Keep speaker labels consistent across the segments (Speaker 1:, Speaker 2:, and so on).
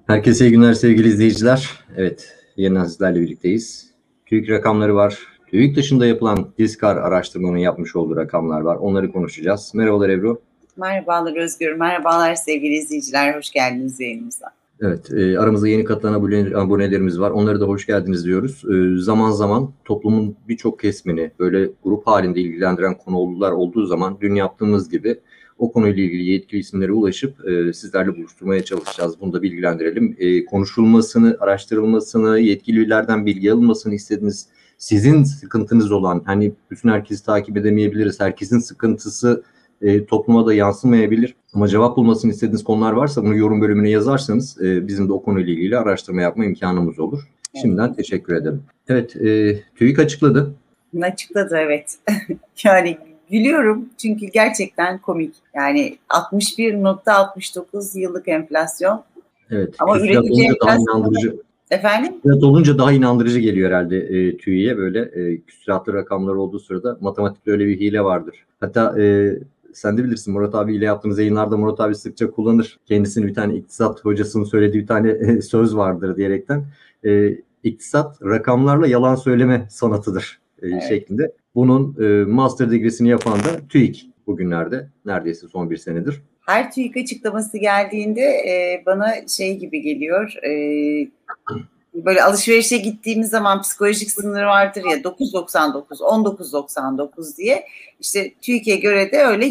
Speaker 1: Herkese iyi günler sevgili izleyiciler. Evet, yeniden sizlerle birlikteyiz. TÜİK rakamları var. TÜİK dışında yapılan Diskar araştırmanın yapmış olduğu rakamlar var. Onları konuşacağız. Merhabalar Ebru.
Speaker 2: Merhabalar Özgür, merhabalar sevgili izleyiciler. Hoş geldiniz yayınımıza.
Speaker 1: Evet, aramızda yeni katılan abonelerimiz var. Onlara da hoş geldiniz diyoruz. Zaman zaman toplumun birçok kesmini böyle grup halinde ilgilendiren konular olduğu zaman dün yaptığımız gibi o konuyla ilgili yetkili isimlere ulaşıp sizlerle buluşturmaya çalışacağız. Bunu da bilgilendirelim. Konuşulmasını, araştırılmasını, yetkililerden bilgi alınmasını istediğiniz, sizin sıkıntınız olan, hani bütün herkesi takip edemeyebiliriz, herkesin sıkıntısı topluma da yansımayabilir. Ama cevap bulmasını istediğiniz konular varsa bunu yorum bölümüne yazarsanız bizim de o konuyla ilgili araştırma yapma imkanımız olur. Şimdiden teşekkür ederim. Evet, TÜİK açıkladı.
Speaker 2: Açıkladı, evet. Yani gülüyorum çünkü gerçekten komik. Yani 61,69 yıllık enflasyon.
Speaker 1: Evet,
Speaker 2: Ama
Speaker 1: küsurat
Speaker 2: üretici
Speaker 1: olunca daha
Speaker 2: enflasyonu
Speaker 1: inandırıcı.
Speaker 2: efendim?
Speaker 1: Küsurat olunca daha inandırıcı geliyor herhalde TÜİK'e böyle küsuratlı rakamlar olduğu sırada matematikte öyle bir hile vardır. Hatta sen de bilirsin, Murat abiyle yaptığımız yayınlarda Murat abi sıkça kullanır. Kendisinin bir tane iktisat hocasının söylediği bir tane söz vardır diyerekten. İktisat rakamlarla yalan söyleme sanatıdır
Speaker 2: Evet.
Speaker 1: şeklinde. Bunun master degreesini yapan da TÜİK bugünlerde, neredeyse son bir senedir.
Speaker 2: Her TÜİK açıklaması geldiğinde bana şey gibi geliyor. Böyle alışverişe gittiğimiz zaman psikolojik sınırı vardır ya, 9,99, 19,99 diye. İşte TÜİK'e göre de öyle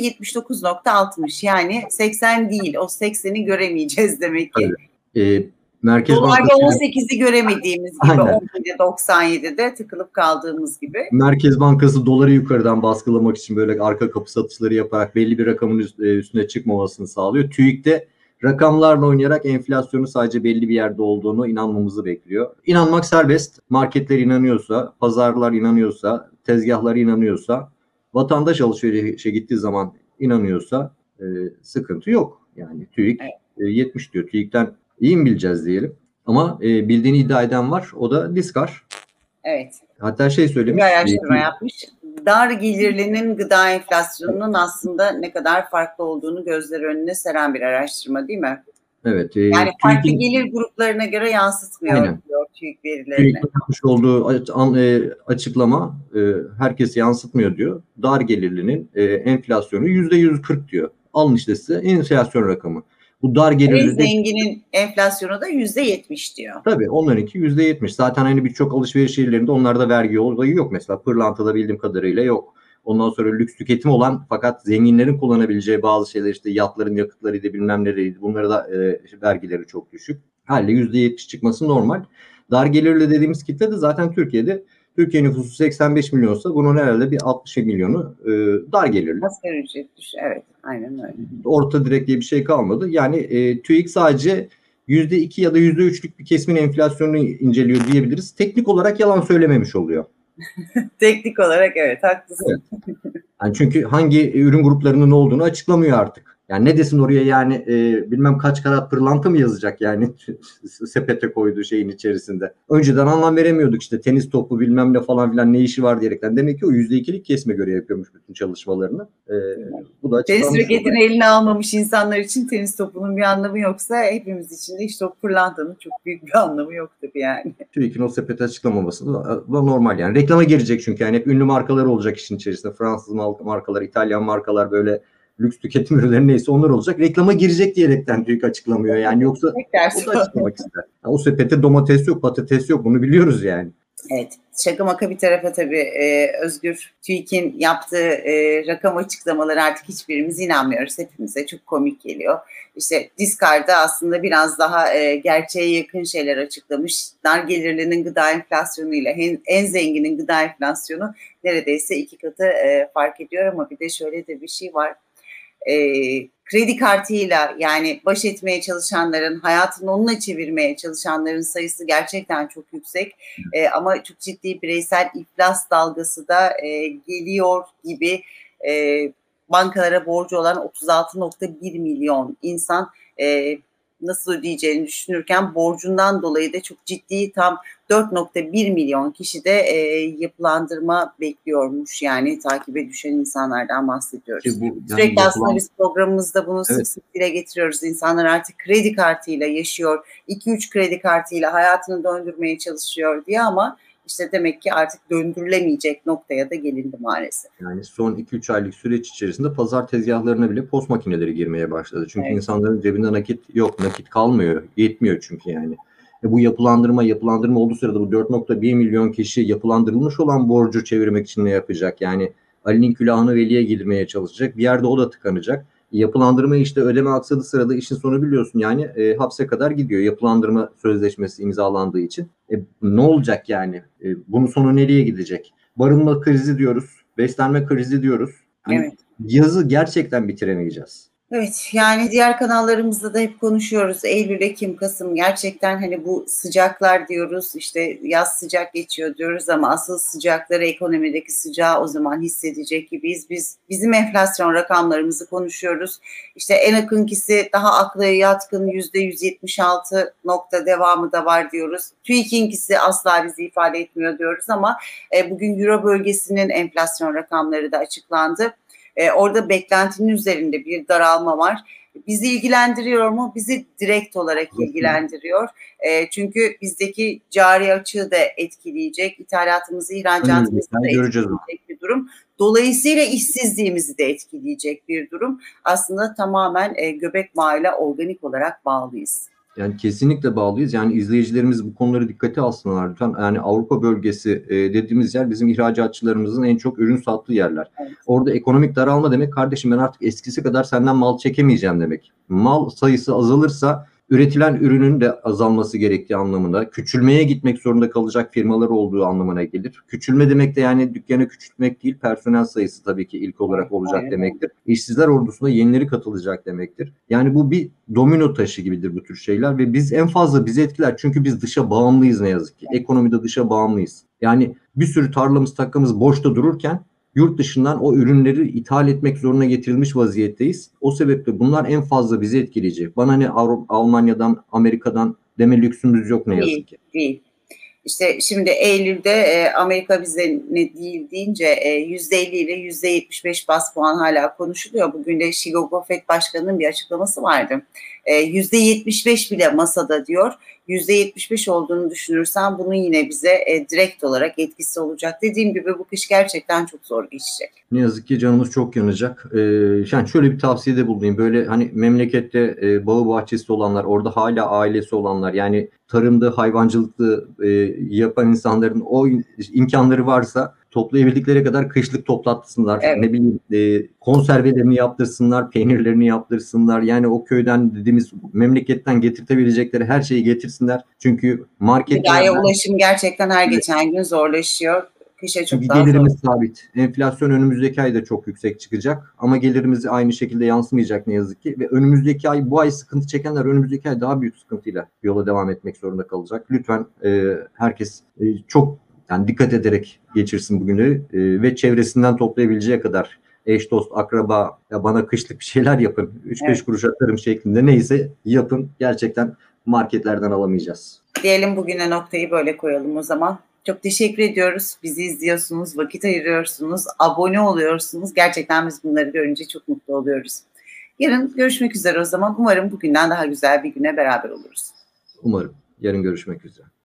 Speaker 2: 79,60, yani 80 değil, o 80'i göremeyeceğiz demek ki.
Speaker 1: Merkez
Speaker 2: Dolarda
Speaker 1: Bankası
Speaker 2: 18'i göremediğimiz gibi,
Speaker 1: aynen.
Speaker 2: 17,97'de tıkılıp kaldığımız gibi.
Speaker 1: Merkez Bankası doları yukarıdan baskılamak için böyle arka kapı satışları yaparak belli bir rakamın üstüne çıkmamasını sağlıyor. TÜİK de rakamlarla oynayarak enflasyonu sadece belli bir yerde olduğunu inanmamızı bekliyor. İnanmak serbest. Marketler inanıyorsa, pazarlar inanıyorsa, tezgahlar inanıyorsa, vatandaş alışverişe gittiği zaman inanıyorsa sıkıntı yok. Yani TÜİK 70 diyor. TÜİK'ten iyi mi bileceğiz diyelim. Ama bildiğini iddia eden var. O da Diskar.
Speaker 2: Evet.
Speaker 1: Hatta şey söylemiş.
Speaker 2: Bir araştırma yapmış. Dar gelirlinin gıda enflasyonunun aslında ne kadar farklı olduğunu gözler önüne seren bir araştırma, değil mi?
Speaker 1: Evet.
Speaker 2: Yani farklı
Speaker 1: TÜİK'in
Speaker 2: gelir gruplarına göre yansıtmıyor
Speaker 1: aynen.
Speaker 2: diyor TÜİK verilerini.
Speaker 1: TÜİK'in yapmış olduğu açıklama herkese yansıtmıyor diyor. Dar gelirlinin enflasyonu %140 diyor. Alın işte size enflasyon rakamı. Bu dar
Speaker 2: En
Speaker 1: gelirli de
Speaker 2: zenginin enflasyonu da %70 diyor.
Speaker 1: tabii onlarınki %70. Zaten hani birçok alışveriş yerlerinde onlarda vergi olayı yok. Mesela pırlantada bildiğim kadarıyla yok. Ondan sonra lüks tüketim olan fakat zenginlerin kullanabileceği bazı şeyler, işte yatların yakıtlarıydı, bilmem neleriydi. Bunlara da vergileri çok düşük. Haliyle %70 çıkması normal. Dar gelirli dediğimiz kitle de zaten Türkiye nüfusu 85 milyonsa bunun herhalde bir 60 milyonu dar gelirli.
Speaker 2: Asgari ücret düşüyor. Evet, aynen öyle.
Speaker 1: Orta direkt diye bir şey kalmadı. Yani TÜİK sadece %2 ya da %3'lük bir kesimin enflasyonunu inceliyor diyebiliriz. Teknik olarak yalan söylememiş oluyor.
Speaker 2: Teknik olarak evet, haklısın.
Speaker 1: Evet. Yani çünkü hangi ürün gruplarının ne olduğunu açıklamıyor artık. Yani ne desin oraya, yani bilmem kaç karat pırlanta mı yazacak yani sepete koyduğu şeyin içerisinde. Önceden anlam veremiyorduk, işte tenis topu bilmem ne falan filan ne işi var diyerekten. Demek ki o %2'lik kesime göre yapıyormuş bütün çalışmalarını. Bu da
Speaker 2: Tenis
Speaker 1: açıklanmış oldu.
Speaker 2: raketini eline almamış insanlar için tenis topunun bir anlamı yoksa hepimiz için de işte o pırlantanın çok büyük bir anlamı yok tabii yani.
Speaker 1: TÜİK'in o sepeti açıklamaması da normal yani. Reklama girecek çünkü, yani hep ünlü markalar olacak işin içerisinde. Fransız markalar, İtalyan markalar, böyle lüks tüketim ürünleri neyse onlar olacak. Reklama girecek diyerekten TÜİK açıklamıyor yani, yoksa o da açıklamak ister. Yani o sepette domates yok, patates yok, bunu biliyoruz yani.
Speaker 2: Evet, şaka maka bir tarafa tabii Özgür, TÜİK'in yaptığı rakam açıklamaları artık hiçbirimiz inanmıyoruz. Hepimize çok komik geliyor. İşte Discard'da aslında biraz daha gerçeğe yakın şeyler açıklamış. Dar gelirlinin gıda enflasyonu ile en zenginin gıda enflasyonu neredeyse 2 katı fark ediyor, ama bir de şöyle de bir şey var. Kredi kartıyla yani baş etmeye çalışanların, hayatını onunla çevirmeye çalışanların sayısı gerçekten çok yüksek. Ama çok ciddi bireysel iflas dalgası da geliyor gibi. Bankalara borcu olan 36,1 milyon insan nasıl ödeyeceğini düşünürken borcundan dolayı da çok ciddi tam 4,1 milyon kişi de yapılandırma bekliyormuş. Yani takibe düşen insanlardan bahsediyoruz.
Speaker 1: Ki bu yani
Speaker 2: Sürekli aslında
Speaker 1: yapılan
Speaker 2: biz programımızda bunu sık
Speaker 1: evet.
Speaker 2: sık dile getiriyoruz. İnsanlar artık kredi kartıyla yaşıyor. 2-3 kredi kartıyla hayatını döndürmeye çalışıyor diye ama işte demek ki artık döndürülemeyecek noktaya da gelindi maalesef.
Speaker 1: Yani son 2-3 aylık süreç içerisinde pazar tezgahlarına bile post makineleri girmeye başladı. Çünkü
Speaker 2: Evet.
Speaker 1: insanların cebinde nakit yok, nakit kalmıyor, yetmiyor çünkü yani. Bu yapılandırma olduğu sırada bu 4,1 milyon kişi yapılandırılmış olan borcu çevirmek için ne yapacak? Yani Ali'nin külahını Veli'ye girmeye çalışacak. Bir yerde o da tıkanacak. Yapılandırma işte ödeme aksadığı sırada işin sonu biliyorsun yani hapse kadar gidiyor. Yapılandırma sözleşmesi imzalandığı için. Ne olacak yani? Bunun sonu nereye gidecek? Barınma krizi diyoruz. Beslenme krizi diyoruz. Hani
Speaker 2: Evet.
Speaker 1: yazı gerçekten bitiremeyeceğiz.
Speaker 2: Evet, yani diğer kanallarımızda da hep konuşuyoruz. Eylül, Ekim, Kasım gerçekten hani bu sıcaklar diyoruz, işte yaz sıcak geçiyor diyoruz ama asıl sıcakları, ekonomideki sıcağı o zaman hissedecek gibiyiz. Bizim enflasyon rakamlarımızı konuşuyoruz. İşte en yakınkisi daha akla yatkın %176 nokta devamı da var diyoruz. TÜİK'inkisi asla bizi ifade etmiyor diyoruz ama bugün Euro bölgesinin enflasyon rakamları da açıklandı. Orada beklentinin üzerinde bir daralma var. Bizi ilgilendiriyor mu? Bizi direkt olarak ilgilendiriyor. Çünkü bizdeki cari açığı da etkileyecek, ithalatımızı, ihracatımızı
Speaker 1: Önümüzdeki
Speaker 2: da
Speaker 1: ay göreceğiz onu.
Speaker 2: etkileyecek bir durum. Dolayısıyla işsizliğimizi de etkileyecek bir durum. Aslında tamamen göbek bağıyla organik olarak bağlıyız.
Speaker 1: Yani kesinlikle bağlıyız. Yani izleyicilerimiz bu konuları dikkate alsınlar lütfen. Yani Avrupa bölgesi dediğimiz yer bizim ihracatçılarımızın en çok ürün sattığı yerler.
Speaker 2: Evet.
Speaker 1: Orada ekonomik daralma demek kardeşim ben artık eskisi kadar senden mal çekemeyeceğim demek. Mal sayısı azalırsa üretilen ürünün de azalması gerektiği anlamında, küçülmeye gitmek zorunda kalacak firmalar olduğu anlamına gelir. Küçülme demek de yani dükkanı küçültmek değil, personel sayısı tabii ki ilk olarak olacak
Speaker 2: Aynen öyle.
Speaker 1: demektir. İşsizler ordusuna yenileri katılacak demektir. Yani bu bir domino taşı gibidir bu tür şeyler ve biz en fazla bizi etkiler çünkü biz dışa bağımlıyız ne yazık ki. Ekonomide dışa bağımlıyız. Yani bir sürü tarlamız takkamız boşta dururken yurt dışından o ürünleri ithal etmek zoruna getirilmiş vaziyetteyiz. O sebeple bunlar en fazla bizi etkileyecek. Bana ne Almanya'dan, Amerika'dan deme lüksümüz yok ne
Speaker 2: Değil,
Speaker 1: yazık ki.
Speaker 2: değil. İşte şimdi Eylül'de Amerika bize ne değil deyince %50 ile %75 bas puan hala konuşuluyor. Bugün de Chicago Fed Başkanı'nın bir açıklaması vardı. %75 bile masada diyor. %75 olduğunu düşünürsen bunun yine bize direkt olarak etkisi olacak. Dediğim gibi bu kış gerçekten çok zor geçecek.
Speaker 1: Ne yazık ki canımız çok yanacak. Yani şöyle bir tavsiyede bulunayım. Böyle hani memlekette bağı bahçesi olanlar, orada hala ailesi olanlar, yani tarımda, hayvancılıkta yapan insanların o imkanları varsa toplayabildikleri kadar kışlık toplatsınlar.
Speaker 2: Evet.
Speaker 1: Ne bileyim konservelerini yaptırsınlar, peynirlerini yaptırsınlar. Yani o köyden dediğimiz memleketten getirtebilecekleri her şeyi getirsinler. Çünkü marketler
Speaker 2: Gıdaya ulaşım gerçekten her geçen gün zorlaşıyor. Kışa çok
Speaker 1: çünkü
Speaker 2: daha zor.
Speaker 1: gelirimiz sabit. Enflasyon önümüzdeki ayda çok yüksek çıkacak. Ama gelirimiz aynı şekilde yansımayacak ne yazık ki. Ve önümüzdeki ay, bu ay sıkıntı çekenler önümüzdeki ay daha büyük sıkıntıyla yola devam etmek zorunda kalacak. Lütfen herkes çok yani dikkat ederek geçirsin bugünleri ve çevresinden toplayabileceği kadar eş, dost, akraba ya bana kışlık bir şeyler yapın. 3-5
Speaker 2: Evet.
Speaker 1: kuruş atarım şeklinde neyse yapın. Gerçekten marketlerden alamayacağız.
Speaker 2: Diyelim bugüne noktayı böyle koyalım o zaman. Çok teşekkür ediyoruz. Bizi izliyorsunuz, vakit ayırıyorsunuz, abone oluyorsunuz. Gerçekten biz bunları görünce çok mutlu oluyoruz. Yarın görüşmek üzere o zaman. Umarım bugünden daha güzel bir güne beraber oluruz.
Speaker 1: Umarım. Yarın görüşmek üzere.